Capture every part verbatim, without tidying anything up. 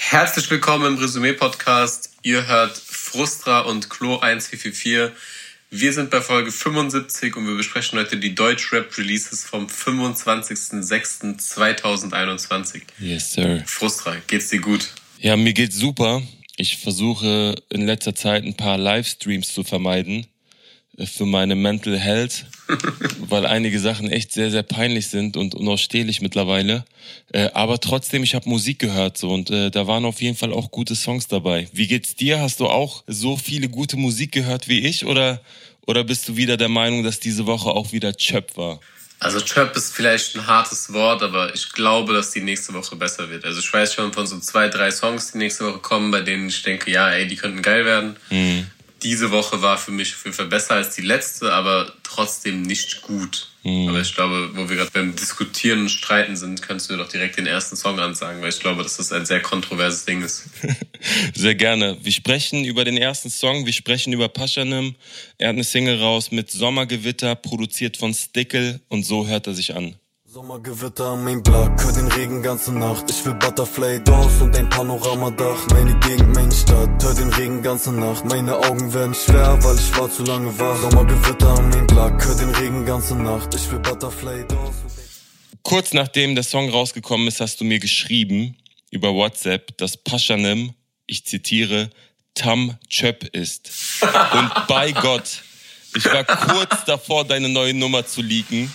Herzlich willkommen im Resümee-Podcast. Ihr hört Frustra und Klo eins vier vier vier. Wir sind bei Folge fünfundsiebzig und wir besprechen heute die Deutschrap-Releases vom fünfundzwanzigsten sechsten zweitausendeinundzwanzig. Yes, sir. Frustra, geht's dir gut? Ja, mir geht's super. Ich versuche in letzter Zeit ein paar Livestreams zu vermeiden für meine Mental Health, weil einige Sachen echt sehr, sehr peinlich sind und unausstehlich mittlerweile. Äh, aber trotzdem, ich habe Musik gehört so und äh, da waren auf jeden Fall auch gute Songs dabei. Wie geht's dir? Hast du auch so viele gute Musik gehört wie ich oder, oder bist du wieder der Meinung, dass diese Woche auch wieder Chöp war? Also Chöp ist vielleicht ein hartes Wort, aber ich glaube, dass die nächste Woche besser wird. Also ich weiß schon von so zwei, drei Songs, die nächste Woche kommen, bei denen ich denke, ja, ey, die könnten geil werden. Mhm. Diese Woche war für mich auf jeden Fall besser als die letzte, aber trotzdem nicht gut. Mhm. Aber ich glaube, wo wir gerade beim Diskutieren und Streiten sind, kannst du doch direkt den ersten Song ansagen, weil ich glaube, dass das ein sehr kontroverses Ding ist. Sehr gerne. Wir sprechen über den ersten Song, wir sprechen über Pashanim. Er hat eine Single raus mit Sommergewitter, produziert von Stickel und so hört er sich an. Sommergewitter am Mainblock, hör den Regen ganze Nacht. Ich will Butterfly Doors und ein Panoramadach. Meine Gegend, meine Stadt, hör den Regen ganze Nacht. Meine Augen werden schwer, weil ich war zu lange wach. Sommergewitter am Mainblock, hör den Regen ganze Nacht. Ich will Butterfly Doors. Kurz nachdem der Song rausgekommen ist, hast du mir geschrieben über WhatsApp, dass Pashanim, ich zitiere, Tam Chöp ist. Und bei Gott, ich war kurz davor, deine neue Nummer zu leaken.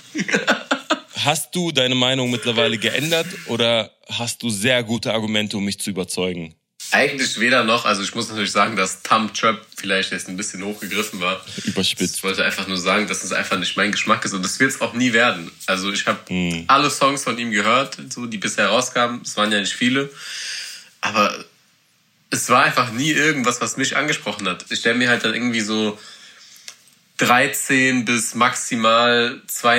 Hast du deine Meinung mittlerweile geändert oder hast du sehr gute Argumente, um mich zu überzeugen? Eigentlich weder noch. Also ich muss natürlich sagen, dass Tam Chöp vielleicht jetzt ein bisschen hochgegriffen war. Überspitzt. Ich wollte einfach nur sagen, dass es einfach nicht mein Geschmack ist und das wird es auch nie werden. Also ich habe mm. alle Songs von ihm gehört, so die bisher rauskamen. Es waren ja nicht viele. Aber es war einfach nie irgendwas, was mich angesprochen hat. Ich stelle mir halt dann irgendwie so dreizehn bis maximal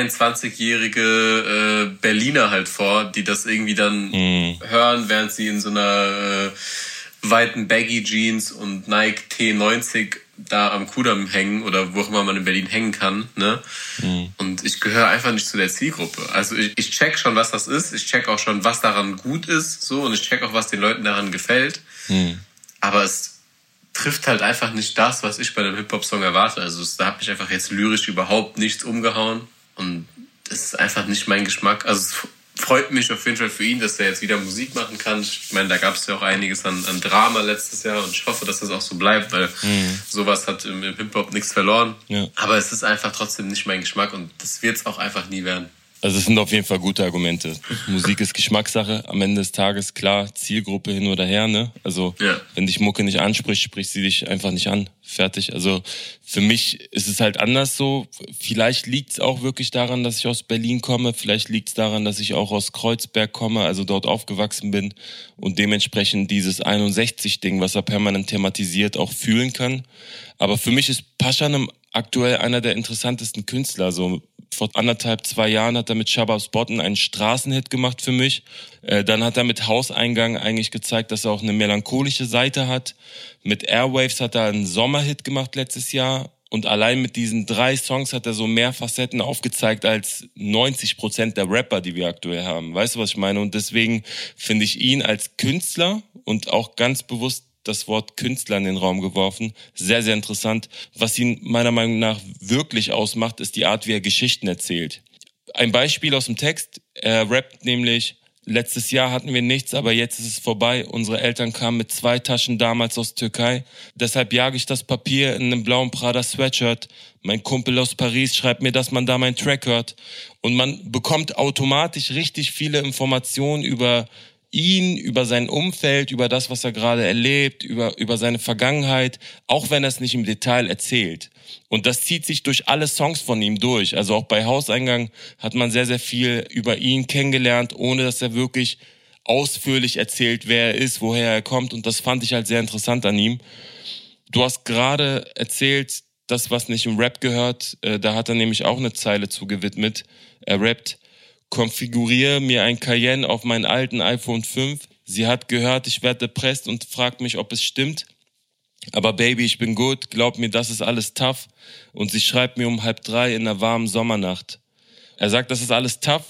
zweiundzwanzigjährige äh, Berliner halt vor, die das irgendwie dann mm. hören, während sie in so einer äh, weiten Baggy-Jeans und Nike T neunzig da am Kudamm hängen oder wo auch immer man in Berlin hängen kann, ne? Mm. Und ich gehöre einfach nicht zu der Zielgruppe. Also ich, ich check schon, was das ist, ich check auch schon, was daran gut ist, so, und ich check auch, was den Leuten daran gefällt. Mm. Aber es trifft halt einfach nicht das, was ich bei einem Hip-Hop-Song erwarte. Also es, da hat mich einfach jetzt lyrisch überhaupt nichts umgehauen und es ist einfach nicht mein Geschmack. Also es freut mich auf jeden Fall für ihn, dass er jetzt wieder Musik machen kann. Ich meine, da gab es ja auch einiges an, an Drama letztes Jahr und ich hoffe, dass das auch so bleibt, weil mhm. sowas hat im, im Hip-Hop nichts verloren. Ja. Aber es ist einfach trotzdem nicht mein Geschmack und das wird es auch einfach nie werden. Also es sind auf jeden Fall gute Argumente. Musik ist Geschmackssache. Am Ende des Tages, klar, Zielgruppe hin oder her, ne? Also ja. Wenn dich Mucke nicht anspricht, spricht sie dich einfach nicht an. Fertig. Also für mich ist es halt anders so. Vielleicht liegt es auch wirklich daran, dass ich aus Berlin komme. Vielleicht liegt es daran, dass ich auch aus Kreuzberg komme, also dort aufgewachsen bin und dementsprechend dieses einundsechzig-Ding, was er permanent thematisiert, auch fühlen kann. Aber für mich ist Pashanim aktuell einer der interessantesten Künstler. So vor anderthalb, zwei Jahren hat er mit Shababs Botten einen Straßenhit gemacht für mich. Äh, dann hat er mit Hauseingang eigentlich gezeigt, dass er auch eine melancholische Seite hat. Mit Airwaves hat er einen Sommerhit gemacht letztes Jahr. Und allein mit diesen drei Songs hat er so mehr Facetten aufgezeigt als neunzig Prozent der Rapper, die wir aktuell haben. Weißt du, was ich meine? Und deswegen finde ich ihn als Künstler und auch ganz bewusst das Wort Künstler in den Raum geworfen. Sehr, sehr interessant. Was ihn meiner Meinung nach wirklich ausmacht, ist die Art, wie er Geschichten erzählt. Ein Beispiel aus dem Text. Er rappt nämlich: Letztes Jahr hatten wir nichts, aber jetzt ist es vorbei. Unsere Eltern kamen mit zwei Taschen damals aus Türkei. Deshalb jage ich das Papier in einem blauen Prada Sweatshirt. Mein Kumpel aus Paris schreibt mir, dass man da meinen Track hört. Und man bekommt automatisch richtig viele Informationen über ihn, über sein Umfeld, über das, was er gerade erlebt, über, über seine Vergangenheit, auch wenn er es nicht im Detail erzählt. Und das zieht sich durch alle Songs von ihm durch. Also auch bei Hauseingang hat man sehr, sehr viel über ihn kennengelernt, ohne dass er wirklich ausführlich erzählt, wer er ist, woher er kommt. Und das fand ich halt sehr interessant an ihm. Du hast gerade erzählt, das, was nicht im Rap gehört, äh, da hat er nämlich auch eine Zeile zu gewidmet. Er rappt: Konfiguriere mir ein Cayenne auf meinen alten iPhone fünf. Sie hat gehört, ich werde depressed und fragt mich, ob es stimmt. Aber Baby, ich bin gut, glaub mir, das ist alles tough. Und sie schreibt mir um halb drei in einer warmen Sommernacht. Er sagt, das ist alles tough.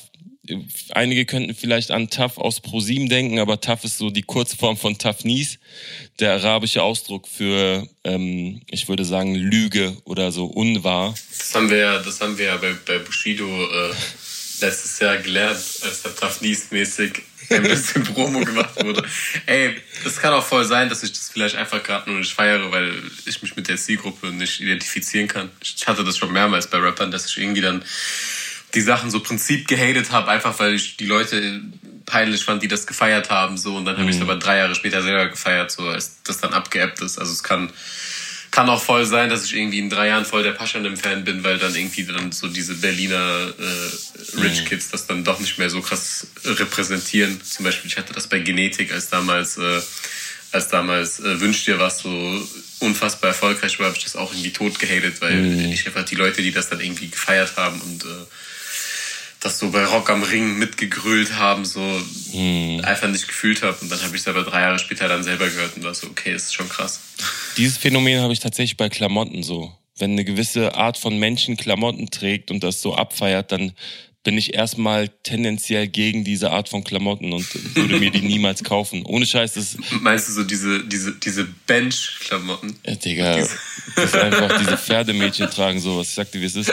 Einige könnten vielleicht an Tough aus ProSieben denken, aber Tough ist so die Kurzform von Tough Nies, der arabische Ausdruck für, ähm, ich würde sagen, Lüge oder so unwahr. Das haben wir ja, das haben wir ja bei, bei Bushido äh, letztes Jahr gelernt, als da Tough Nies mäßig ein bisschen Promo gemacht wurde. Ey, es kann auch voll sein, dass ich das vielleicht einfach gerade nur nicht feiere, weil ich mich mit der Zielgruppe nicht identifizieren kann. Ich hatte das schon mehrmals bei Rappern, dass ich irgendwie dann die Sachen so Prinzip gehatet habe, einfach weil ich die Leute peinlich fand, die das gefeiert haben, so, und dann mhm. habe ich es aber drei Jahre später selber gefeiert, so, als das dann abgeappt ist. Also es kann, kann auch voll sein, dass ich irgendwie in drei Jahren voll der Paschanim-Fan bin, weil dann irgendwie dann so diese Berliner äh, Rich Kids das dann doch nicht mehr so krass repräsentieren. Zum Beispiel, ich hatte das bei Genetik, als damals, äh, als damals äh, Wünsch dir was so unfassbar erfolgreich war, habe ich das auch irgendwie tot gehatet, weil mhm. ich einfach die Leute, die das dann irgendwie gefeiert haben und äh, das so bei Rock am Ring mitgegrölt haben, so hm. einfach nicht gefühlt habe. Und dann habe ich es aber drei Jahre später dann selber gehört und war so, okay, ist schon krass. Dieses Phänomen habe ich tatsächlich bei Klamotten so. Wenn eine gewisse Art von Menschen Klamotten trägt und das so abfeiert, dann bin ich erstmal tendenziell gegen diese Art von Klamotten und würde mir die niemals kaufen. Ohne Scheiß, das meinst du so diese, diese, diese Bench-Klamotten? Ja, Digga, diese. Das ist einfach, diese Pferdemädchen tragen sowas. Ich sag dir, wie es ist.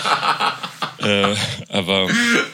äh, aber,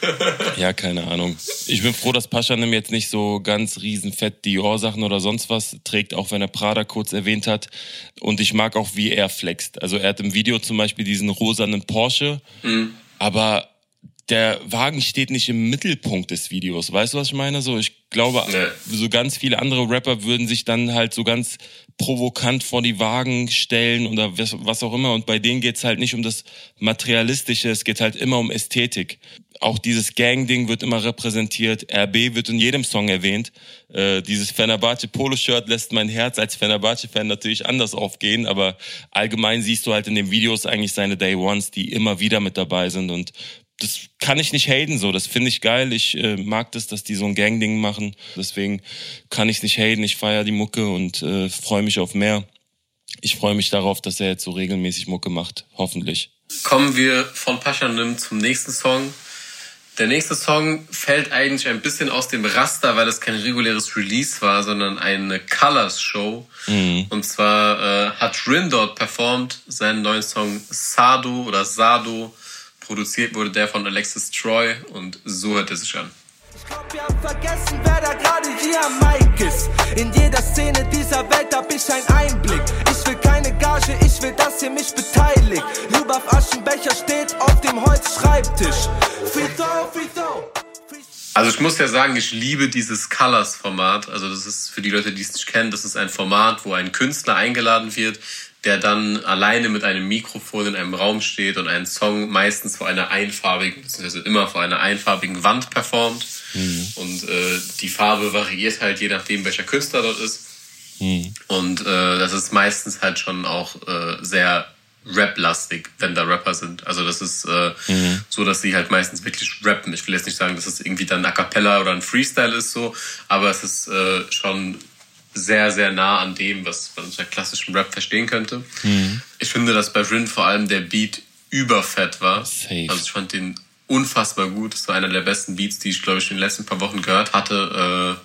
ja, keine Ahnung. Ich bin froh, dass Paschanim jetzt nicht so ganz riesenfett Dior-Sachen oder sonst was trägt, auch wenn er Prada kurz erwähnt hat. Und ich mag auch, wie er flext. Also er hat im Video zum Beispiel diesen rosanen Porsche, mhm. aber der Wagen steht nicht im Mittelpunkt des Videos. Weißt du, was ich meine? So, ich glaube, nee. so ganz viele andere Rapper würden sich dann halt so ganz provokant vor die Wagen stellen oder was auch immer. Und bei denen geht's halt nicht um das Materialistische, es geht halt immer um Ästhetik. Auch dieses Gang-Ding wird immer repräsentiert. R B wird in jedem Song erwähnt. Äh, dieses Fenerbahce-Polo-Shirt lässt mein Herz als Fenerbahce-Fan natürlich anders aufgehen. Aber allgemein siehst du halt in den Videos eigentlich seine Day Ones, die immer wieder mit dabei sind. Und das kann ich nicht haten, so. Das finde ich geil. Ich äh, mag das, dass die so ein Gang-Ding machen. Deswegen kann ich es nicht haten. Ich feiere die Mucke und äh, freue mich auf mehr. Ich freue mich darauf, dass er jetzt so regelmäßig Mucke macht. Hoffentlich. Kommen wir von Paschanim zum nächsten Song. Der nächste Song fällt eigentlich ein bisschen aus dem Raster, weil es kein reguläres Release war, sondern eine Colors-Show. Mhm. Und zwar äh, hat Rin dort performt, seinen neuen Song Sado oder Sado. Produziert wurde der von Alexis Troy und so hört er sich an. Ich glaub, wir haben vergessen, wer da gerade hier am Mic ist. In jeder Szene dieser Welt hab ich einen Einblick. Ich will keine Gage, ich will, dass ihr mich beteiligt. Lubaf Aschenbecher steht auf dem Holzschreibtisch. Free throw, free throw. Also ich muss ja sagen, ich liebe dieses Colors-Format. Also das ist für die Leute, die es nicht kennen, das ist ein Format, wo ein Künstler eingeladen wird, der dann alleine mit einem Mikrofon in einem Raum steht und einen Song meistens vor einer einfarbigen, beziehungsweise immer vor einer einfarbigen Wand performt. Mhm. Und äh, die Farbe variiert halt je nachdem, welcher Künstler dort ist. Mhm. Und äh, das ist meistens halt schon auch äh, sehr Rap-lastig, wenn da Rapper sind. Also das ist äh, mhm. so, dass sie halt meistens wirklich rappen. Ich will jetzt nicht sagen, dass es irgendwie dann A Cappella oder ein Freestyle ist, so, aber es ist äh, schon sehr, sehr nah an dem, was man unter klassischem Rap verstehen könnte. Mhm. Ich finde, dass bei Rin vor allem der Beat überfett war. Safe. Also ich fand den unfassbar gut. Das war einer der besten Beats, die ich, glaube ich, in den letzten paar Wochen gehört hatte.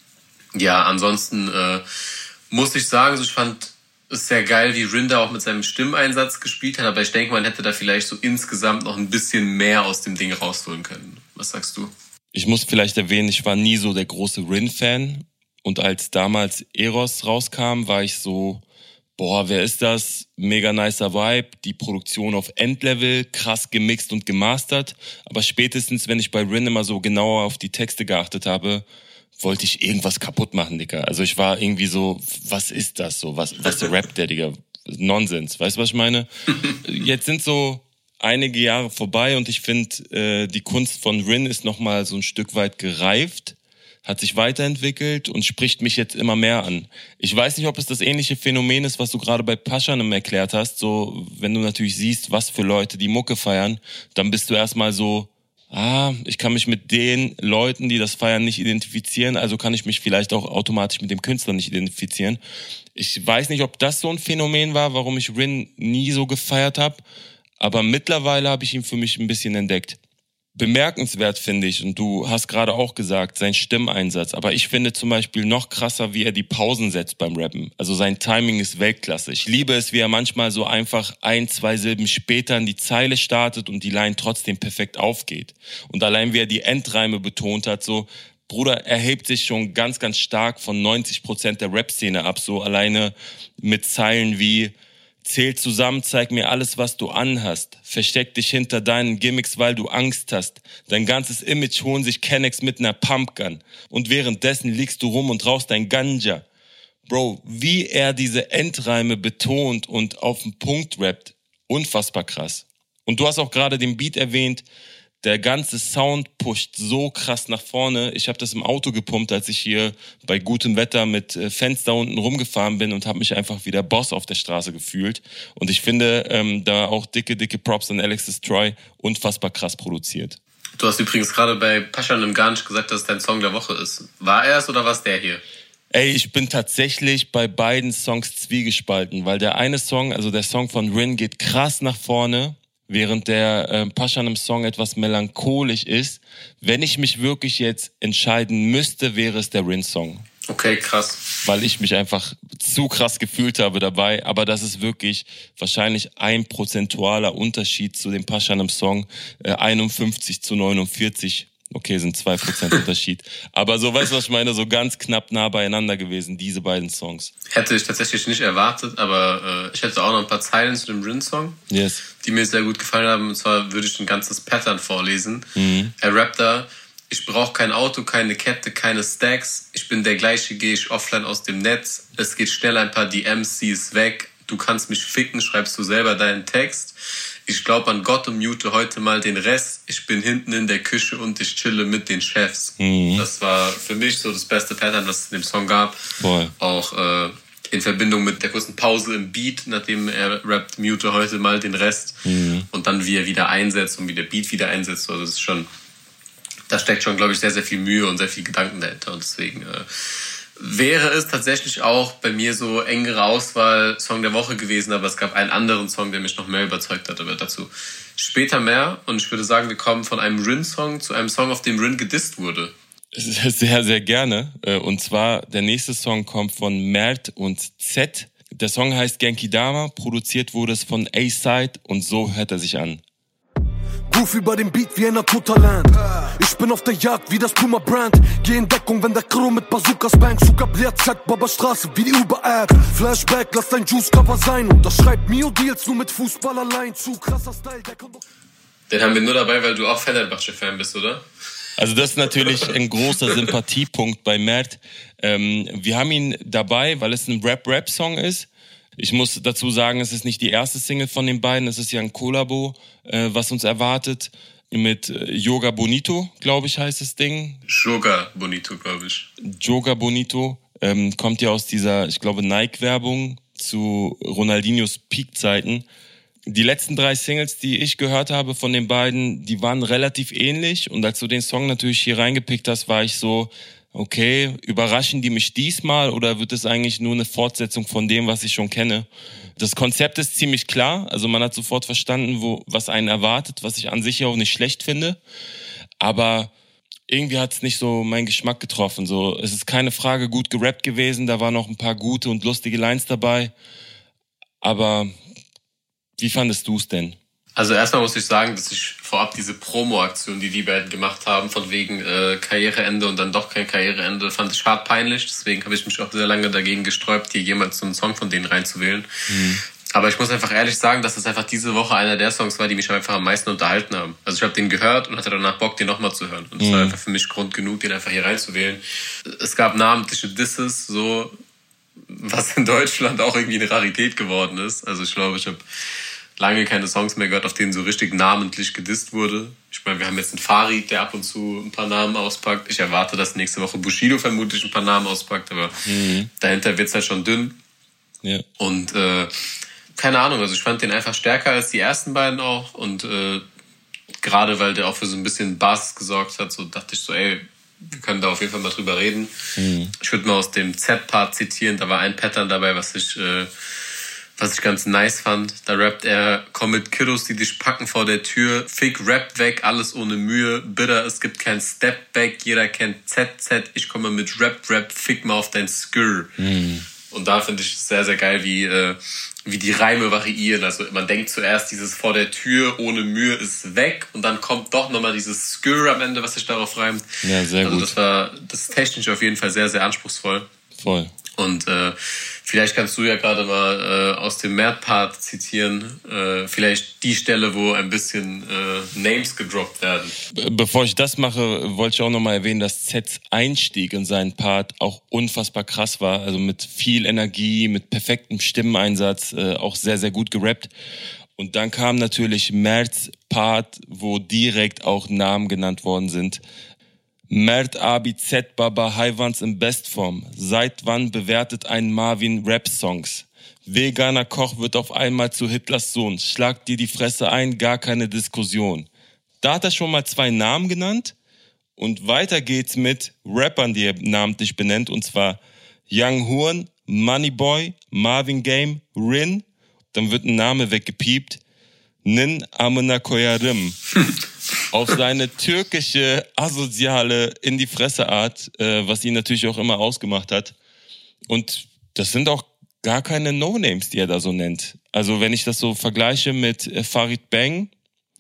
Äh, ja, ansonsten äh, muss ich sagen, so, ich fand es sehr geil, wie Rin da auch mit seinem Stimmeinsatz gespielt hat, aber ich denke, man hätte da vielleicht so insgesamt noch ein bisschen mehr aus dem Ding rausholen können. Was sagst du? Ich muss vielleicht erwähnen, ich war nie so der große Rin-Fan. Und als damals Eros rauskam, war ich so, boah, wer ist das? Mega nicer Vibe, die Produktion auf Endlevel, krass gemixt und gemastert. Aber spätestens, wenn ich bei Rin immer so genauer auf die Texte geachtet habe, wollte ich irgendwas kaputt machen, Digga. Also ich war irgendwie so, was ist das so? Was, was rappt der, Digga? Nonsens, weißt du, was ich meine? Jetzt sind so einige Jahre vorbei und ich finde, äh, die Kunst von Rin ist nochmal so ein Stück weit gereift, hat sich weiterentwickelt und spricht mich jetzt immer mehr an. Ich weiß nicht, ob es das ähnliche Phänomen ist, was du gerade bei Paschanim erklärt hast. So, wenn du natürlich siehst, was für Leute die Mucke feiern, dann bist du erstmal so, ah, ich kann mich mit den Leuten, die das feiern, nicht identifizieren, also kann ich mich vielleicht auch automatisch mit dem Künstler nicht identifizieren. Ich weiß nicht, ob das so ein Phänomen war, warum ich Rin nie so gefeiert habe, aber mittlerweile habe ich ihn für mich ein bisschen entdeckt. bemerkenswert, finde ich, und du hast gerade auch gesagt, sein Stimmeinsatz, aber ich finde zum Beispiel noch krasser, wie er die Pausen setzt beim Rappen. Also sein Timing ist Weltklasse. Ich liebe es, wie er manchmal so einfach ein, zwei Silben später in die Zeile startet und die Line trotzdem perfekt aufgeht. Und allein wie er die Endreime betont hat, so, Bruder, er hebt sich schon ganz, ganz stark von neunzig Prozent der Rap-Szene ab, so alleine mit Zeilen wie: Zähl zusammen, zeig mir alles, was du anhast. Versteck dich hinter deinen Gimmicks, weil du Angst hast. Dein ganzes Image holen sich Kennex mit ner Pumpgun. Und währenddessen liegst du rum und rauchst dein Ganja. Bro, wie er diese Endreime betont und auf den Punkt rappt, unfassbar krass. Und du hast auch gerade den Beat erwähnt. Der ganze Sound pusht so krass nach vorne. Ich habe das im Auto gepumpt, als ich hier bei gutem Wetter mit Fenster unten rumgefahren bin und habe mich einfach wie der Boss auf der Straße gefühlt. Und ich finde, ähm, da auch dicke, dicke Props an Alexis Troy, unfassbar krass produziert. Du hast übrigens gerade bei Pascha im Garnisch gesagt, dass es dein Song der Woche ist. War er es oder war es der hier? Ey, ich bin tatsächlich bei beiden Songs zwiegespalten, weil der eine Song, also der Song von Rin, geht krass nach vorne, während der äh, Pascha im Song etwas melancholisch ist. Wenn ich mich wirklich jetzt entscheiden müsste, wäre es der Rin-Song. Okay, krass. Weil ich mich einfach zu krass gefühlt habe dabei. Aber das ist wirklich wahrscheinlich ein prozentualer Unterschied zu dem Pascha im Song. Äh, einundfünfzig zu neunundvierzig. Okay, sind zwei Prozent Unterschied. Aber so, weißt du, was ich meine? So ganz knapp nah beieinander gewesen, diese beiden Songs. Hätte ich tatsächlich nicht erwartet, aber äh, ich hätte auch noch ein paar Zeilen zu dem Rin-Song, yes, die mir sehr gut gefallen haben. Und zwar würde ich ein ganzes Pattern vorlesen. Mhm. Er rappt da: Ich brauche kein Auto, keine Kette, keine Stacks. Ich bin der gleiche, gehe ich offline aus dem Netz. Es geht schnell, ein paar D Ms, sie ist weg. Du kannst mich ficken, schreibst du selber deinen Text. Ich glaube an Gott und mute heute mal den Rest. Ich bin hinten in der Küche und ich chille mit den Chefs. Mhm. Das war für mich so das beste Pattern, was es in dem Song gab. Voll. Auch äh, in Verbindung mit der kurzen Pause im Beat, nachdem er rappt, mute heute mal den Rest. Mhm. Und dann wie er wieder einsetzt und wie der Beat wieder einsetzt. Also das ist schon, da steckt schon, glaube ich, sehr, sehr viel Mühe und sehr viel Gedanken dahinter. Und deswegen äh, wäre es tatsächlich auch bei mir so engere Auswahl Song der Woche gewesen, aber es gab einen anderen Song, der mich noch mehr überzeugt hat, aber dazu später mehr. Und ich würde sagen, wir kommen von einem Rin-Song zu einem Song, auf dem Rin gedisst wurde. Sehr, sehr gerne. Und zwar, der nächste Song kommt von Mert und Z. Der Song heißt Genki Dama, produziert wurde es von A-Side und so hört er sich an. Ruf über den Beat wie ein Naturtalent. Ich bin auf der Jagd wie das Puma Brand. Geh in Deckung, wenn der Crew mit Bazookas bangt. Zucker Bliat, Zeit, Baba Straße wie die Uber-App. Flashback, lass dein Juice-Cover sein. Und das schreibt Mio Deals nur mit Fußball allein. Zu krasser Style, der kommt doch... Den haben wir nur dabei, weil du auch Fenerbahce-Fan bist, oder? Also das ist natürlich ein großer Sympathiepunkt bei Mert. Ähm, wir haben ihn dabei, weil es ein Rap-Rap-Song ist. Ich muss dazu sagen, es ist nicht die erste Single von den beiden. Es ist ja ein Kollabo, äh, was uns erwartet. Mit äh, Yoga Bonito, glaube ich, heißt das Ding. Yoga Bonito, glaube ich. Yoga Bonito ähm, kommt ja aus dieser, ich glaube, Nike-Werbung zu Ronaldinhos Peak-Zeiten. Die letzten drei Singles, die ich gehört habe von den beiden, die waren relativ ähnlich. Und als du den Song natürlich hier reingepickt hast, war ich so... Okay, überraschen die mich diesmal oder wird es eigentlich nur eine Fortsetzung von dem, was ich schon kenne? Das Konzept ist ziemlich klar, also man hat sofort verstanden, wo, was einen erwartet, was ich an sich auch nicht schlecht finde. Aber irgendwie hat es nicht so meinen Geschmack getroffen. So, es ist keine Frage gut gerappt gewesen, da waren noch ein paar gute und lustige Lines dabei. Aber wie fandest du es denn? Also erstmal muss ich sagen, dass ich vorab diese Promo-Aktion, die die beiden gemacht haben, von wegen äh, Karriereende und dann doch kein Karriereende, fand ich hart peinlich. Deswegen habe ich mich auch sehr lange dagegen gesträubt, hier jemals so einen Song von denen reinzuwählen. Mhm. Aber ich muss einfach ehrlich sagen, dass es einfach diese Woche einer der Songs war, die mich einfach am meisten unterhalten haben. Also ich habe den gehört und hatte danach Bock, den nochmal zu hören. Und das mhm. war einfach für mich Grund genug, den einfach hier reinzuwählen. Es gab namentliche Disses, so was in Deutschland auch irgendwie eine Rarität geworden ist. Also ich glaube, ich habe lange keine Songs mehr gehört, auf denen so richtig namentlich gedisst wurde. Ich meine, wir haben jetzt einen Farid, der ab und zu ein paar Namen auspackt. Ich erwarte, dass nächste Woche Bushido vermutlich ein paar Namen auspackt, aber mhm. dahinter wird's halt schon dünn. Ja. Und äh, keine Ahnung, also ich fand den einfach stärker als die ersten beiden auch. Und äh, gerade weil der auch für so ein bisschen Bass gesorgt hat, so dachte ich so, ey, wir können da auf jeden Fall mal drüber reden. Mhm. Ich würde mal aus dem Z-Part zitieren, da war ein Pattern dabei, was ich... Äh, Was ich ganz nice fand, da rappt er, komm mit Kiddos, die dich packen vor der Tür, fick, Rap weg, alles ohne Mühe, bitter, es gibt kein Stepback, jeder kennt Z Z, ich komme mit Rap, Rap, fick mal auf dein Skr. Mhm. Und da finde ich es sehr, sehr geil, wie, äh, wie die Reime variieren. Also man denkt zuerst, dieses vor der Tür ohne Mühe ist weg und dann kommt doch nochmal dieses Skr am Ende, was sich darauf reimt. Ja, sehr also gut. Das war, das ist technisch auf jeden Fall sehr, sehr anspruchsvoll. Voll. Und äh, vielleicht kannst du ja gerade mal äh, aus dem Mert-Part zitieren, äh, vielleicht die Stelle, wo ein bisschen äh, Names gedroppt werden. Bevor ich das mache, wollte ich auch nochmal erwähnen, dass Zeds Einstieg in seinen Part auch unfassbar krass war. Also mit viel Energie, mit perfektem Stimmeneinsatz, äh, auch sehr, sehr gut gerappt. Und dann kam natürlich Merts Part, wo direkt auch Namen genannt worden sind. Mert Abi Z Baba Haiwans in Bestform. Seit wann bewertet ein Marvin Rap-Songs? Veganer Koch wird auf einmal zu Hitlers Sohn. Schlag dir die Fresse ein, gar keine Diskussion. Da hat er schon mal zwei Namen genannt. Und weiter geht's mit Rappern, die er namentlich benennt. Und zwar Young Horn, Moneyboy, Marvin Game, Rin. Dann wird ein Name weggepiept. Nin Amına Koyarım. Auf seine türkische, asoziale, in die Fresse Art, äh, was ihn natürlich auch immer ausgemacht hat. Und das sind auch gar keine No-Names, die er da so nennt. Also wenn ich das so vergleiche mit äh, Farid Bang,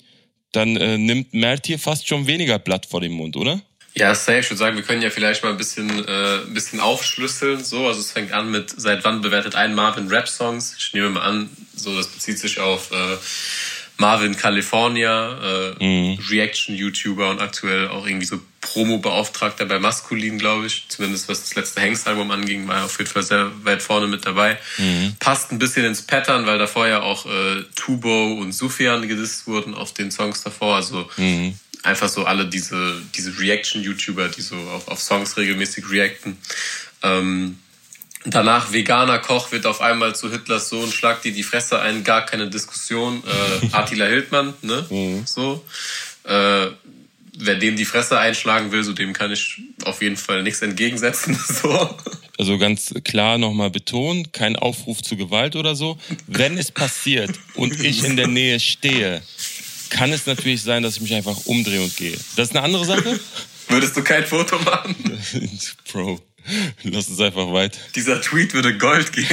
dann äh, nimmt Mert hier fast schon weniger Blatt vor den Mund, oder? Ja, safe. Ich würde sagen, wir können ja vielleicht mal ein bisschen, äh, ein bisschen aufschlüsseln. So, also es fängt an mit, seit wann bewertet ein Marvin Rap-Songs? Ich nehme mal an, so das bezieht sich auf äh, Marvin California, äh, mhm. Reaction-YouTuber und aktuell auch irgendwie so Promo-Beauftragter bei Maskulin, glaube ich. Zumindest was das letzte Hengst-Album anging, war er auf jeden Fall sehr weit vorne mit dabei. Mhm. Passt ein bisschen ins Pattern, weil davor ja auch äh, Tubo und Sufjan gedisst wurden auf den Songs davor. Also mhm. einfach so alle diese, diese Reaction-YouTuber, die so auf, auf Songs regelmäßig reacten. Ähm, Danach Veganer Koch wird auf einmal zu Hitlers Sohn, schlagt dir die Fresse ein, gar keine Diskussion. Äh, Attila Hildmann, ne? Mhm. So. Äh, wer dem die Fresse einschlagen will, so dem kann ich auf jeden Fall nichts entgegensetzen. So. Also ganz klar nochmal betonen, kein Aufruf zu Gewalt oder so. Wenn es passiert und ich in der Nähe stehe, kann es natürlich sein, dass ich mich einfach umdrehe und gehe. Das ist eine andere Sache. Würdest du kein Foto machen? Bro. Lass uns einfach weiter. Dieser Tweet würde Gold gehen.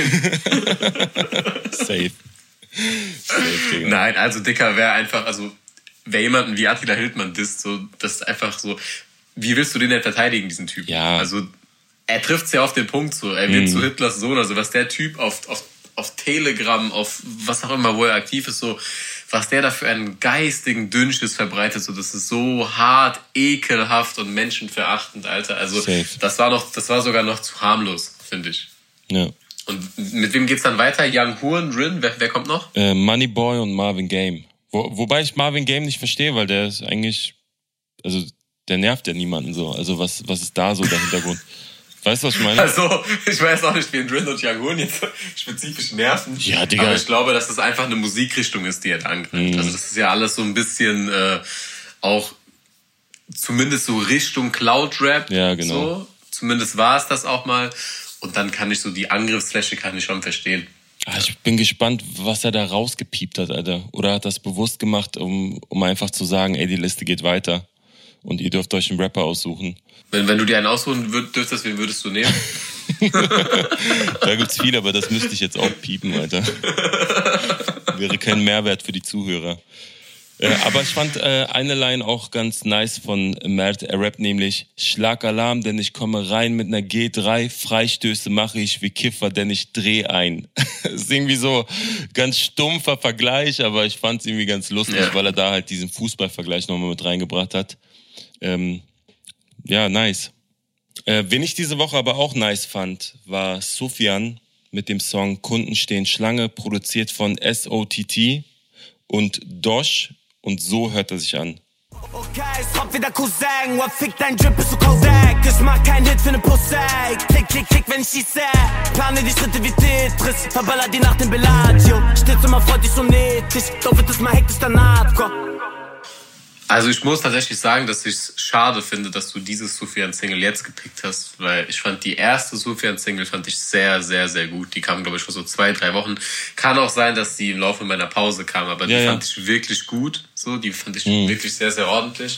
Safe. Safe, Digga. Nein, also Dicker, wer einfach, also wer jemanden wie Attila Hildmann disst, so, das ist einfach so, wie willst du den denn verteidigen, diesen Typen? Ja. Also er trifft's ja auf den Punkt so, er wird mm. zu Hitlers Sohn, also was der Typ auf, auf, auf Telegram, auf was auch immer, wo er aktiv ist, so, was der da für einen geistigen Dünnschiss verbreitet, so, das ist so hart, ekelhaft und menschenverachtend, Alter. Also Safe. das war noch, das war sogar noch zu harmlos, finde ich. Ja. Und mit wem geht's dann weiter? Young Horn, Rin, wer, wer kommt noch? Äh, Moneyboy und Marvin Game. Wo, wobei ich Marvin Game nicht verstehe, weil der ist eigentlich, also der nervt ja niemanden so. Also was, was ist da so der Hintergrund? Weißt du, was ich meine? Also, ich weiß auch nicht, wen Rin und Young Horn jetzt spezifisch nerven. Ja, Digga. Aber ich glaube, dass das einfach eine Musikrichtung ist, die er da angreift. Mm. Also das ist ja alles so ein bisschen äh, auch zumindest so Richtung Cloud-Rap. Ja, genau. So. Zumindest war es das auch mal. Und dann kann ich so die Angriffsfläche kann ich schon verstehen. Ah, ich bin gespannt, was er da rausgepiept hat, Alter. Oder hat das bewusst gemacht, um, um einfach zu sagen, ey, die Liste geht weiter. Und ihr dürft euch einen Rapper aussuchen. Wenn, wenn du dir einen aussuchen dürftest, wen würdest du nehmen? Da gibt's viel, aber das müsste ich jetzt auch piepen, Alter. Wäre kein Mehrwert für die Zuhörer. Äh, aber ich fand äh, eine Line auch ganz nice von Mert. Er rappt nämlich: Schlag Alarm, denn ich komme rein mit einer G drei. Freistöße mache ich wie Kiffer, denn ich dreh ein. Das ist irgendwie so ganz stumpfer Vergleich, aber ich fand es irgendwie ganz lustig, ja. weil er da halt diesen Fußballvergleich nochmal mit reingebracht hat. Ähm, ja, nice. Äh, wen ich diese Woche aber auch nice fand, war Sufjan mit dem Song Kunden stehen Schlange, produziert von S O T T und Dosh, und so hört er sich an. Okay, es hoppt wieder Cousin, what fick dein Drip, bist du Kodak? Ich mach keinen Hit für ne Prosek, klick, klick, klick, wenn ich die seh. Plane die Schritte wie Tetris, verballer die nach dem Bellagio. Stets immer freundlich so nötig, doch wird es mal hektisch danach, komm. Also ich muss tatsächlich sagen, dass ich es schade finde, dass du dieses Sufjan-Single jetzt gepickt hast, weil ich fand die erste Sufjan-Single fand ich sehr, sehr, sehr gut. Die kam, glaube ich, vor so zwei, drei Wochen. Kann auch sein, dass die im Laufe meiner Pause kam, aber ja, die ja. fand ich wirklich gut. So, die fand ich mhm. wirklich sehr, sehr ordentlich.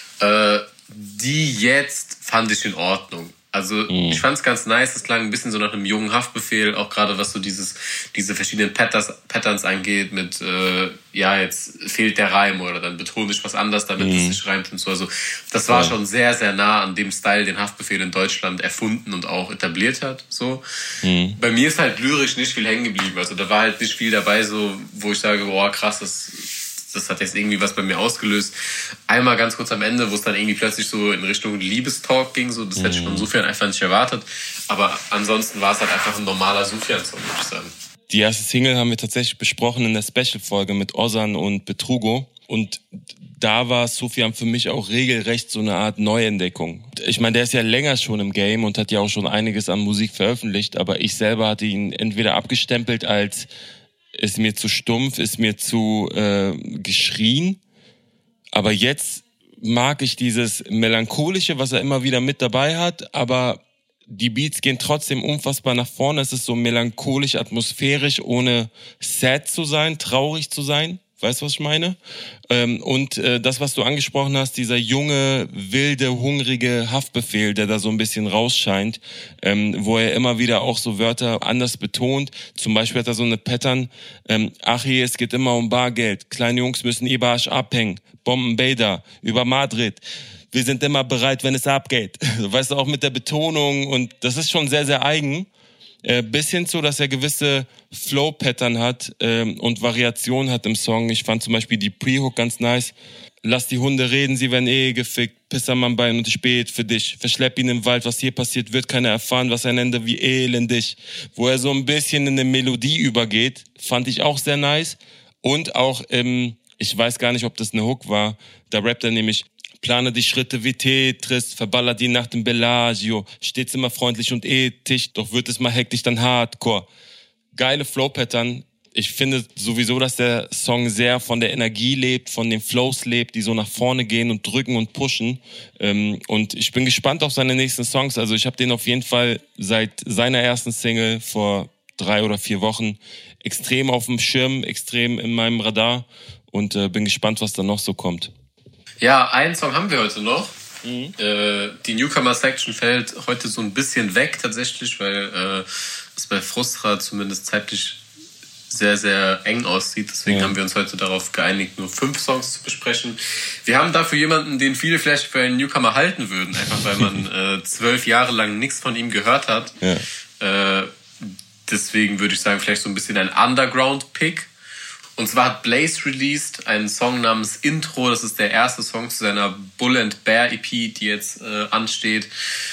Äh, die jetzt fand ich in Ordnung. Also mm. ich fand's ganz nice, es klang ein bisschen so nach einem jungen Haftbefehl, auch gerade was so dieses diese verschiedenen Patterns, Patterns angeht mit, äh, ja, jetzt fehlt der Reim oder dann betone ich was anders, damit mm. es sich reimt und so. Also das war ja. schon sehr, sehr nah an dem Style, den Haftbefehl in Deutschland erfunden und auch etabliert hat. So. Mm. Bei mir ist halt lyrisch nicht viel hängen geblieben. Also da war halt nicht viel dabei, so wo ich sage, boah krass, das... Das hat jetzt irgendwie was bei mir ausgelöst. Einmal ganz kurz am Ende, wo es dann irgendwie plötzlich so in Richtung Liebestalk ging. So, das hätte ich von Sufjan einfach nicht erwartet. Aber ansonsten war es halt einfach ein normaler Sufjan-Song, würde ich sagen. Die erste Single haben wir tatsächlich besprochen in der Special-Folge mit Ozan und Betrugo. Und da war Sufjan für mich auch regelrecht so eine Art Neuentdeckung. Ich meine, der ist ja länger schon im Game und hat ja auch schon einiges an Musik veröffentlicht. Aber ich selber hatte ihn entweder abgestempelt als... ist mir zu stumpf, ist mir zu äh, geschrien. Aber jetzt mag ich dieses Melancholische, was er immer wieder mit dabei hat, aber die Beats gehen trotzdem unfassbar nach vorne. Es ist so melancholisch, atmosphärisch, ohne sad zu sein, traurig zu sein. Weißt du, was ich meine? Ähm, und äh, das, was du angesprochen hast, dieser junge, wilde, hungrige Haftbefehl, der da so ein bisschen rausscheint, ähm, wo er immer wieder auch so Wörter anders betont. Zum Beispiel hat er so eine Pattern, ähm, Achi, es geht immer um Bargeld. Kleine Jungs müssen Ibasch abhängen. Bombenbader über Madrid. Wir sind immer bereit, wenn es abgeht. Weißt du, auch mit der Betonung. Und das ist schon sehr, sehr eigen. Äh, bis hin zu, dass er gewisse Flow-Pattern hat ähm, und Variationen hat im Song. Ich fand zum Beispiel die Pre-Hook ganz nice. Lass die Hunde reden, sie werden eh gefickt. Piss an mein Bein und ich bete für dich. Verschlepp ihn im Wald, was hier passiert, wird keiner erfahren, was er nennt wie elendig. Wo er so ein bisschen in eine Melodie übergeht, fand ich auch sehr nice. Und auch, ähm, ich weiß gar nicht, ob das eine Hook war, da rappt er nämlich: Plane die Schritte wie Tetris, verballer die Nacht im Bellagio, stets immer freundlich und ethisch, doch wird es mal hektisch, dann Hardcore. Geile Flow-Pattern. Ich finde sowieso, dass der Song sehr von der Energie lebt, von den Flows lebt, die so nach vorne gehen und drücken und pushen. Und ich bin gespannt auf seine nächsten Songs. Also ich habe den auf jeden Fall seit seiner ersten Single vor drei oder vier Wochen extrem auf dem Schirm, extrem in meinem Radar und bin gespannt, was da noch so kommt. Ja, einen Song haben wir heute noch. Mhm. Äh, die Newcomer-Section fällt heute so ein bisschen weg tatsächlich, weil äh, es bei Frustra zumindest zeitlich sehr, sehr eng aussieht. Deswegen ja. haben wir uns heute darauf geeinigt, nur fünf Songs zu besprechen. Wir haben dafür jemanden, den viele vielleicht für einen Newcomer halten würden, einfach weil man äh, zwölf Jahre lang nichts von ihm gehört hat. Ja. Äh, deswegen würde ich sagen, vielleicht so ein bisschen ein Underground-Pick. Und zwar hat Blaze released einen Song namens Intro. Das ist der erste Song zu seiner Bull and Bear E P, die jetzt äh, ansteht.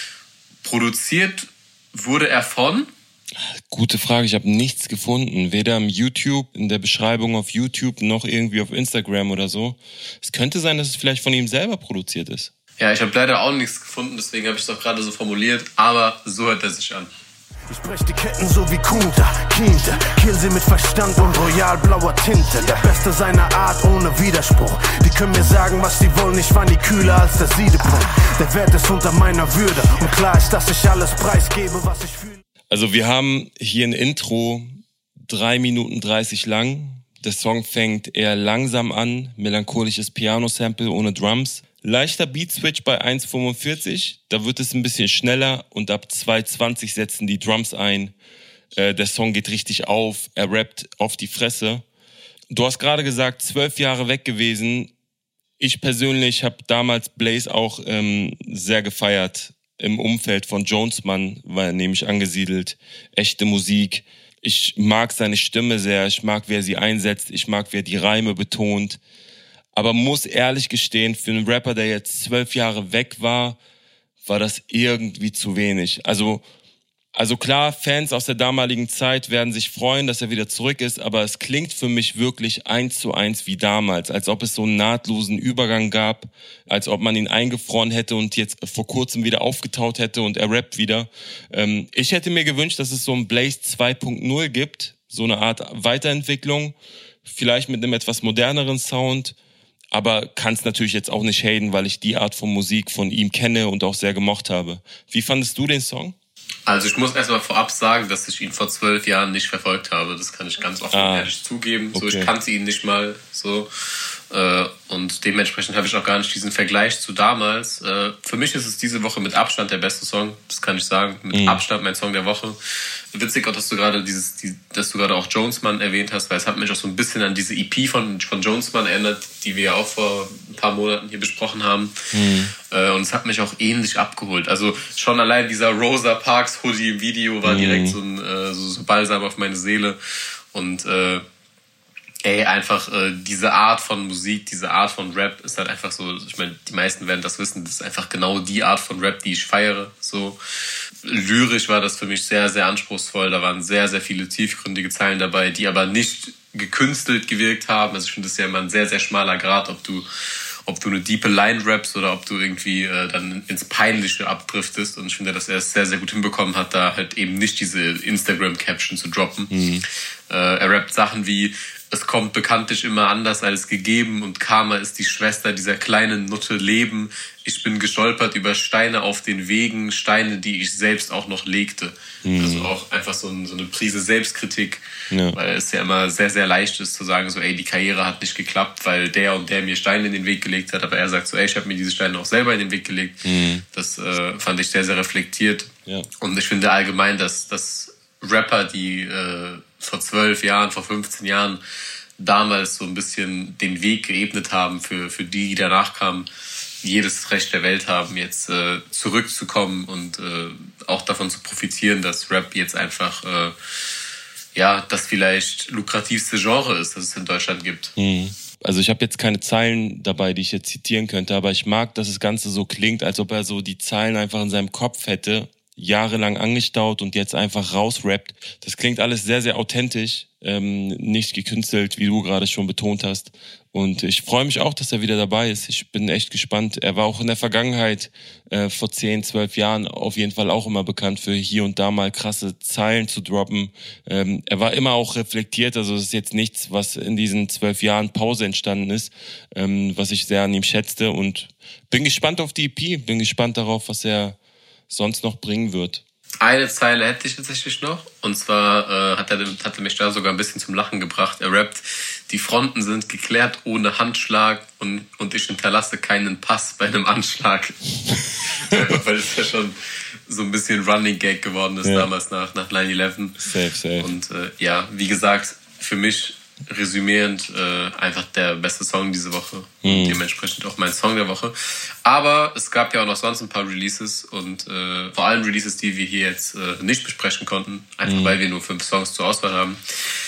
Produziert wurde er von? Gute Frage. Ich habe nichts gefunden. Weder im YouTube, in der Beschreibung auf YouTube, noch irgendwie auf Instagram oder so. Es könnte sein, dass es vielleicht von ihm selber produziert ist. Ja, ich habe leider auch nichts gefunden. Deswegen habe ich es auch gerade so formuliert. Aber so hört er sich an. Ich brech die Ketten so wie Kunta, Kinte, kill sie mit Verstand und royal blauer Tinte. Der Beste seiner Art ohne Widerspruch. Die können mir sagen, was sie wollen, ich fand die kühler als der Siedepunkt. Der Wert ist unter meiner Würde und klar ist, dass ich alles preisgebe, was ich fühle. Also wir haben hier ein Intro, drei Minuten dreißig lang. Der Song fängt eher langsam an, melancholisches Piano-Sample ohne Drums. Leichter Beat-Switch bei eins fünfundvierzig, da wird es ein bisschen schneller und ab zwei zwanzig setzen die Drums ein. Äh, der Song geht richtig auf, er rappt auf die Fresse. Du hast gerade gesagt, zwölf Jahre weg gewesen. Ich persönlich habe damals Blaze auch ähm, sehr gefeiert. Im Umfeld von Jonesmann war er nämlich angesiedelt. Echte Musik. Ich mag seine Stimme sehr, ich mag, wie er sie einsetzt, ich mag, wie er die Reime betont. Aber muss ehrlich gestehen, für einen Rapper, der jetzt zwölf Jahre weg war, war das irgendwie zu wenig. Also, also klar, Fans aus der damaligen Zeit werden sich freuen, dass er wieder zurück ist, aber es klingt für mich wirklich eins zu eins wie damals, als ob es so einen nahtlosen Übergang gab, als ob man ihn eingefroren hätte und jetzt vor kurzem wieder aufgetaut hätte und er rappt wieder. Ähm, ich hätte mir gewünscht, dass es so ein Blaze zwei Punkt null gibt, so eine Art Weiterentwicklung, vielleicht mit einem etwas moderneren Sound. aber kann es natürlich jetzt auch nicht haten, weil ich die Art von Musik von ihm kenne und auch sehr gemocht habe. Wie fandest du den Song? Also ich muss erstmal vorab sagen, dass ich ihn vor zwölf Jahren nicht verfolgt habe. Das kann ich ganz offen ah, und ehrlich zugeben. Okay. So, ich kannte ihn nicht mal so. Und dementsprechend habe ich auch gar nicht diesen Vergleich zu damals. Für mich ist es diese Woche mit Abstand der beste Song. Das kann ich sagen. Mit mhm. Abstand mein Song der Woche. Witzig auch, dass du gerade dieses, die, dass du gerade auch Jonesman erwähnt hast, weil es hat mich auch so ein bisschen an diese E P von, von Jonesman erinnert, die wir ja auch vor ein paar Monaten hier besprochen haben. Mhm. Und es hat mich auch ähnlich abgeholt. Also schon allein dieser Rosa Parks Hoodie im Video war mhm. direkt so ein so, so Balsam auf meine Seele. Und äh, ey, einfach äh, diese Art von Musik, diese Art von Rap ist halt einfach so, ich meine, die meisten werden das wissen, das ist einfach genau die Art von Rap, die ich feiere. So lyrisch war das für mich sehr, sehr anspruchsvoll. Da waren sehr, sehr viele tiefgründige Zeilen dabei, die aber nicht gekünstelt gewirkt haben. Also ich finde, das ist ja immer ein sehr, sehr schmaler Grad, ob du ob du eine diepe Line rappst oder ob du irgendwie äh, dann ins Peinliche abdriftest. Und ich finde, dass er es sehr, sehr gut hinbekommen hat, da halt eben nicht diese Instagram-Caption zu droppen. Mhm. Äh, er rappt Sachen wie: Es kommt bekanntlich immer anders als gegeben und Karma ist die Schwester dieser kleinen Nutte Leben. Ich bin gestolpert über Steine auf den Wegen, Steine, die ich selbst auch noch legte. Mhm. Also auch einfach so, ein, so eine Prise Selbstkritik, ja. Weil es ja immer sehr, sehr leicht ist zu sagen, so, ey, die Karriere hat nicht geklappt, weil der und der mir Steine in den Weg gelegt hat. Aber er sagt so, ey, ich habe mir diese Steine auch selber in den Weg gelegt. Mhm. Das äh, fand ich sehr, sehr reflektiert. Ja. Und ich finde allgemein, dass, dass Rapper, die äh, vor zwölf Jahren, vor fünfzehn Jahren damals so ein bisschen den Weg geebnet haben für, für die, die danach kamen, jedes Recht der Welt haben, jetzt äh, zurückzukommen und äh, auch davon zu profitieren, dass Rap jetzt einfach äh, ja das vielleicht lukrativste Genre ist, das es in Deutschland gibt. Mhm. Also ich habe jetzt keine Zeilen dabei, die ich jetzt zitieren könnte, aber ich mag, dass das Ganze so klingt, als ob er so die Zeilen einfach in seinem Kopf hätte, jahrelang angestaut und jetzt einfach rausrappt. Das klingt alles sehr, sehr authentisch, ähm, nicht gekünstelt, wie du gerade schon betont hast. Und ich freue mich auch, dass er wieder dabei ist. Ich bin echt gespannt. Er war auch in der Vergangenheit, äh, vor zehn, zwölf Jahren, auf jeden Fall auch immer bekannt für hier und da mal krasse Zeilen zu droppen. Ähm, er war immer auch reflektiert, also es ist jetzt nichts, was in diesen zwölf Jahren Pause entstanden ist, ähm, was ich sehr an ihm schätzte. Und bin gespannt auf die E P, bin gespannt darauf, was er sonst noch bringen wird. Eine Zeile hätte ich tatsächlich noch. Und zwar äh, hat, er, hat er mich da sogar ein bisschen zum Lachen gebracht. Er rappt: Die Fronten sind geklärt ohne Handschlag und, und ich hinterlasse keinen Pass bei einem Anschlag. Weil es ja schon so ein bisschen Running Gag geworden ist, ja. Damals nach, nach nine eleven. Safe, safe. Und äh, ja, wie gesagt, für mich resümierend äh, einfach der beste Song diese Woche und mhm. dementsprechend auch mein Song der Woche. Aber es gab ja auch noch sonst ein paar Releases und äh, vor allem Releases, die wir hier jetzt äh, nicht besprechen konnten, einfach mhm. weil wir nur fünf Songs zur Auswahl haben.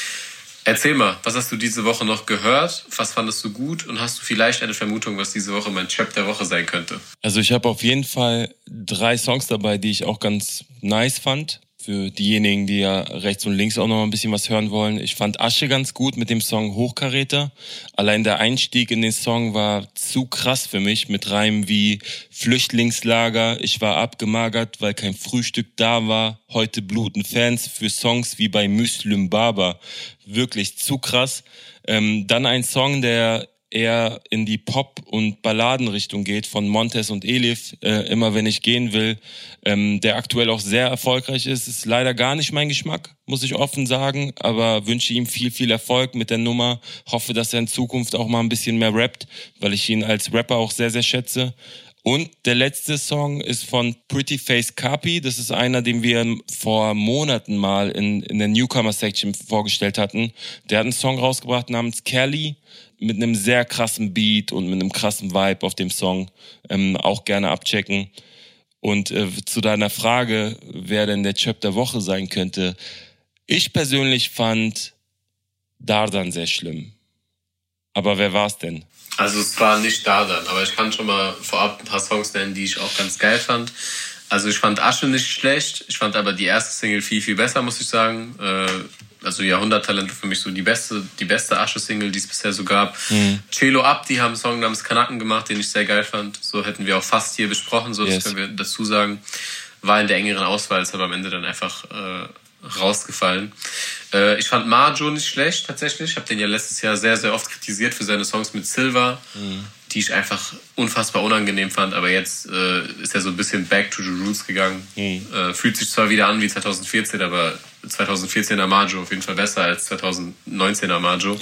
Erzähl mal, was hast du diese Woche noch gehört? Was fandest du gut? Und hast du vielleicht eine Vermutung, was diese Woche mein Trap der Woche sein könnte? Also ich habe auf jeden Fall drei Songs dabei, die ich auch ganz nice fand. Für diejenigen, die ja rechts und links auch noch mal ein bisschen was hören wollen. Ich fand Asche ganz gut mit dem Song Hochkaräter. Allein der Einstieg in den Song war zu krass für mich, mit Reimen wie Flüchtlingslager, ich war abgemagert, weil kein Frühstück da war. Heute bluten Fans für Songs wie bei Müslüm Baba. Wirklich zu krass. Ähm, dann ein Song, der eher in die Pop- und Balladenrichtung geht, von Montez und Elif, äh, immer wenn ich gehen will, ähm, der aktuell auch sehr erfolgreich ist, ist leider gar nicht mein Geschmack, muss ich offen sagen, aber wünsche ihm viel, viel Erfolg mit der Nummer, hoffe, dass er in Zukunft auch mal ein bisschen mehr rappt, weil ich ihn als Rapper auch sehr, sehr schätze. Und der letzte Song ist von Pretty Face Kapi. Das ist einer, den wir vor Monaten mal in, in der Newcomer-Section vorgestellt hatten. Der hat einen Song rausgebracht namens Kelly mit einem sehr krassen Beat und mit einem krassen Vibe auf dem Song. Ähm, auch gerne abchecken. Und äh, zu deiner Frage, wer denn der Trap der Woche sein könnte. Ich persönlich fand Dardan sehr schlimm. Aber wer war's denn? Also es war nicht Dardan, aber ich kann schon mal vorab ein paar Songs nennen, die ich auch ganz geil fand. Also ich fand Asche nicht schlecht, ich fand aber die erste Single viel, viel besser, muss ich sagen. Also Jahrhunderttalente für mich so die beste, die beste Asche-Single, die es bisher so gab. Mhm. Celo Abdi haben einen Song namens Kanaken gemacht, den ich sehr geil fand. So hätten wir auch fast hier besprochen, so das yes. können wir dazu sagen. War in der engeren Auswahl, ist aber am Ende dann einfach äh, rausgefallen. Äh, ich fand Majo nicht schlecht, tatsächlich. Ich habe den ja letztes Jahr sehr, sehr oft kritisiert für seine Songs mit Silva, mhm. die ich einfach unfassbar unangenehm fand. Aber jetzt äh, ist er so ein bisschen back to the roots gegangen. Mhm. Äh, fühlt sich zwar wieder an wie zwanzig vierzehn, aber zwanzig vierzehner Majo auf jeden Fall besser als zwanzig neunzehner Majo.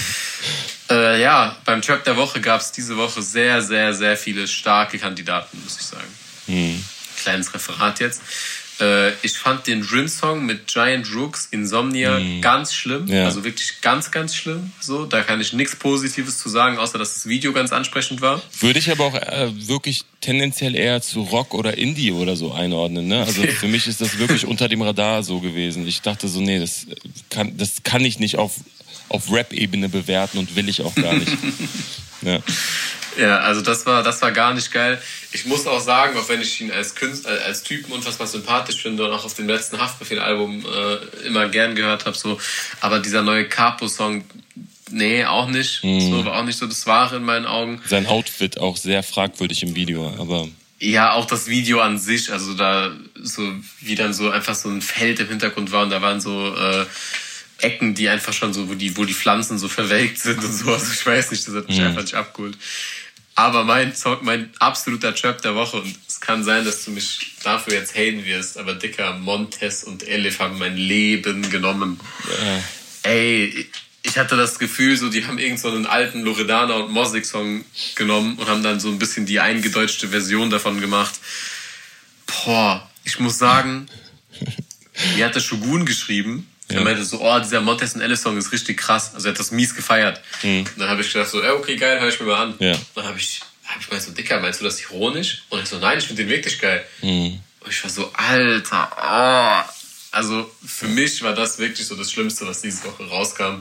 äh, ja, beim Trap der Woche gab es diese Woche sehr, sehr, sehr viele starke Kandidaten, muss ich sagen. Mhm. Kleines Referat jetzt. Ich fand den Rin-Song mit Giant Rooks, Insomnia, mm. ganz schlimm. Ja. Also wirklich ganz, ganz schlimm. So, da kann ich nichts Positives zu sagen, außer dass das Video ganz ansprechend war. Würde ich aber auch äh, wirklich tendenziell eher zu Rock oder Indie oder so einordnen. Ne? Also für mich ist das wirklich unter dem Radar so gewesen. Ich dachte so, nee, das kann, das kann ich nicht auf, auf Rap-Ebene bewerten und will ich auch gar nicht. Ja. Ja, also das war, das war gar nicht geil. Ich muss auch sagen, auch wenn ich ihn als Künstler, als Typen unfassbar sympathisch finde und auch auf dem letzten Haftbefehl-Album äh, immer gern gehört habe, so, aber dieser neue Capo-Song, nee, auch nicht. Mhm. So, war auch nicht so das Wahre in meinen Augen. Sein Outfit auch sehr fragwürdig im Video, aber... Ja, auch das Video an sich, also da so, wie dann so einfach so ein Feld im Hintergrund war und da waren so... Äh, Ecken, die einfach schon so, wo die, wo die Pflanzen so verwelkt sind und so. Also ich weiß nicht, das hat mich mhm. einfach nicht abgeholt. Aber mein Song, mein absoluter Trap der Woche, und es kann sein, dass du mich dafür jetzt haten wirst, aber Dicker, Montez und Elif haben mein Leben genommen. Ja. Ey, ich hatte das Gefühl, so, die haben irgend so einen alten Loredana und Mosik-Song genommen und haben dann so ein bisschen die eingedeutschte Version davon gemacht. Boah, ich muss sagen, die hatte Shogun geschrieben. Ja. Er meinte so, oh, dieser Montez und Ellis Song ist richtig krass. Also er hat das mies gefeiert. Mhm. Und dann habe ich gedacht so, ja, okay, geil, hör ich mir mal an. Ja. Dann habe ich, hab ich mal so, Dicker, meinst du das ironisch? Und ich so, nein, ich finde den wirklich geil. Mhm. Und ich war so, Alter, oh. Also für mich war das wirklich so das Schlimmste, was diese Woche rauskam.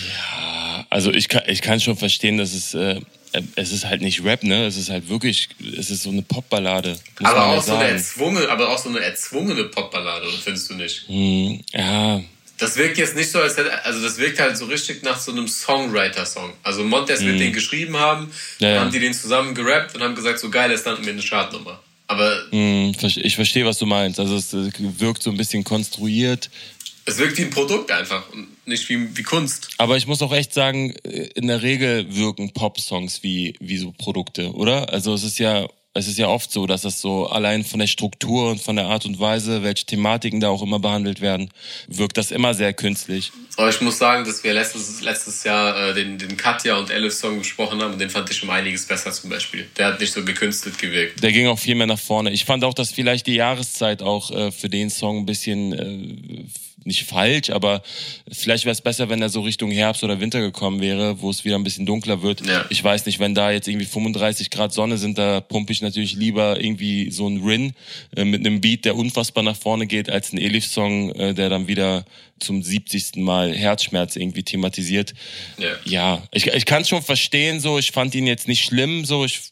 Ja, also ich kann, ich kann schon verstehen, dass es... Äh Es ist halt nicht Rap, ne? Es ist halt wirklich, es ist so eine Popballade. Aber auch, so eine erzwungene, aber auch so eine erzwungene Popballade, oder findest du nicht? Mm, ja. Das wirkt jetzt nicht so, als hätte, also das wirkt halt so richtig nach so einem Songwriter-Song. Also Montez mm. wird den geschrieben haben, ja, dann haben die den zusammen gerappt und haben gesagt, so geil, jetzt landen wir in eine Chartnummer. Aber... Mm, ich verstehe, was du meinst. Also es wirkt so ein bisschen konstruiert. Es wirkt wie ein Produkt einfach und nicht wie, wie Kunst. Aber ich muss auch echt sagen, in der Regel wirken Pop-Songs wie, wie so Produkte, oder? Also es ist ja, es ist ja oft so, dass das so allein von der Struktur und von der Art und Weise, welche Thematiken da auch immer behandelt werden, wirkt das immer sehr künstlich. Aber ich muss sagen, dass wir letztes, letztes Jahr äh, den, den Katja und Elif Song besprochen haben und den fand ich um einiges besser zum Beispiel. Der hat nicht so gekünstelt gewirkt. Der ging auch viel mehr nach vorne. Ich fand auch, dass vielleicht die Jahreszeit auch äh, für den Song ein bisschen... Äh, nicht falsch, aber vielleicht wäre es besser, wenn er so Richtung Herbst oder Winter gekommen wäre, wo es wieder ein bisschen dunkler wird. Ja. Ich weiß nicht, wenn da jetzt irgendwie fünfunddreißig Grad Sonne sind, da pumpe ich natürlich lieber irgendwie so einen Rin äh, mit einem Beat, der unfassbar nach vorne geht, als ein Elif-Song, äh, der dann wieder zum siebzigsten Mal Herzschmerz irgendwie thematisiert. Ja, ja ich, ich kann es schon verstehen, so, ich fand ihn jetzt nicht schlimm, so, ich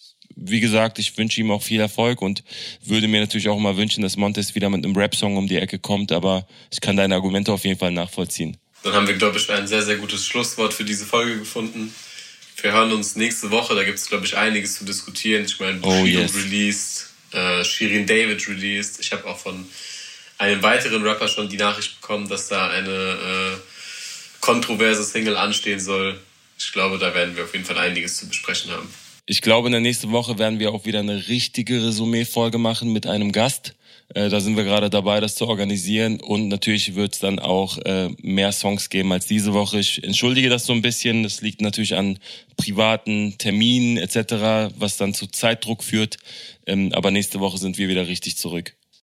wie gesagt, ich wünsche ihm auch viel Erfolg und würde mir natürlich auch mal wünschen, dass Montez wieder mit einem Rap-Song um die Ecke kommt, aber ich kann deine Argumente auf jeden Fall nachvollziehen. Dann haben wir, glaube ich, ein sehr, sehr gutes Schlusswort für diese Folge gefunden. Wir hören uns nächste Woche, da gibt es, glaube ich, einiges zu diskutieren. Ich meine, Bushido oh, yes. released, äh, Shirin David released. Ich habe auch von einem weiteren Rapper schon die Nachricht bekommen, dass da eine äh, kontroverse Single anstehen soll. Ich glaube, da werden wir auf jeden Fall einiges zu besprechen haben. Ich glaube, in der nächsten Woche werden wir auch wieder eine richtige Resümee-Folge machen mit einem Gast. Äh, da sind wir gerade dabei, das zu organisieren. Und natürlich wird es dann auch äh, mehr Songs geben als diese Woche. Ich entschuldige das so ein bisschen. Das liegt natürlich an privaten Terminen et cetera, was dann zu Zeitdruck führt. Ähm, aber nächste Woche sind wir wieder richtig zurück.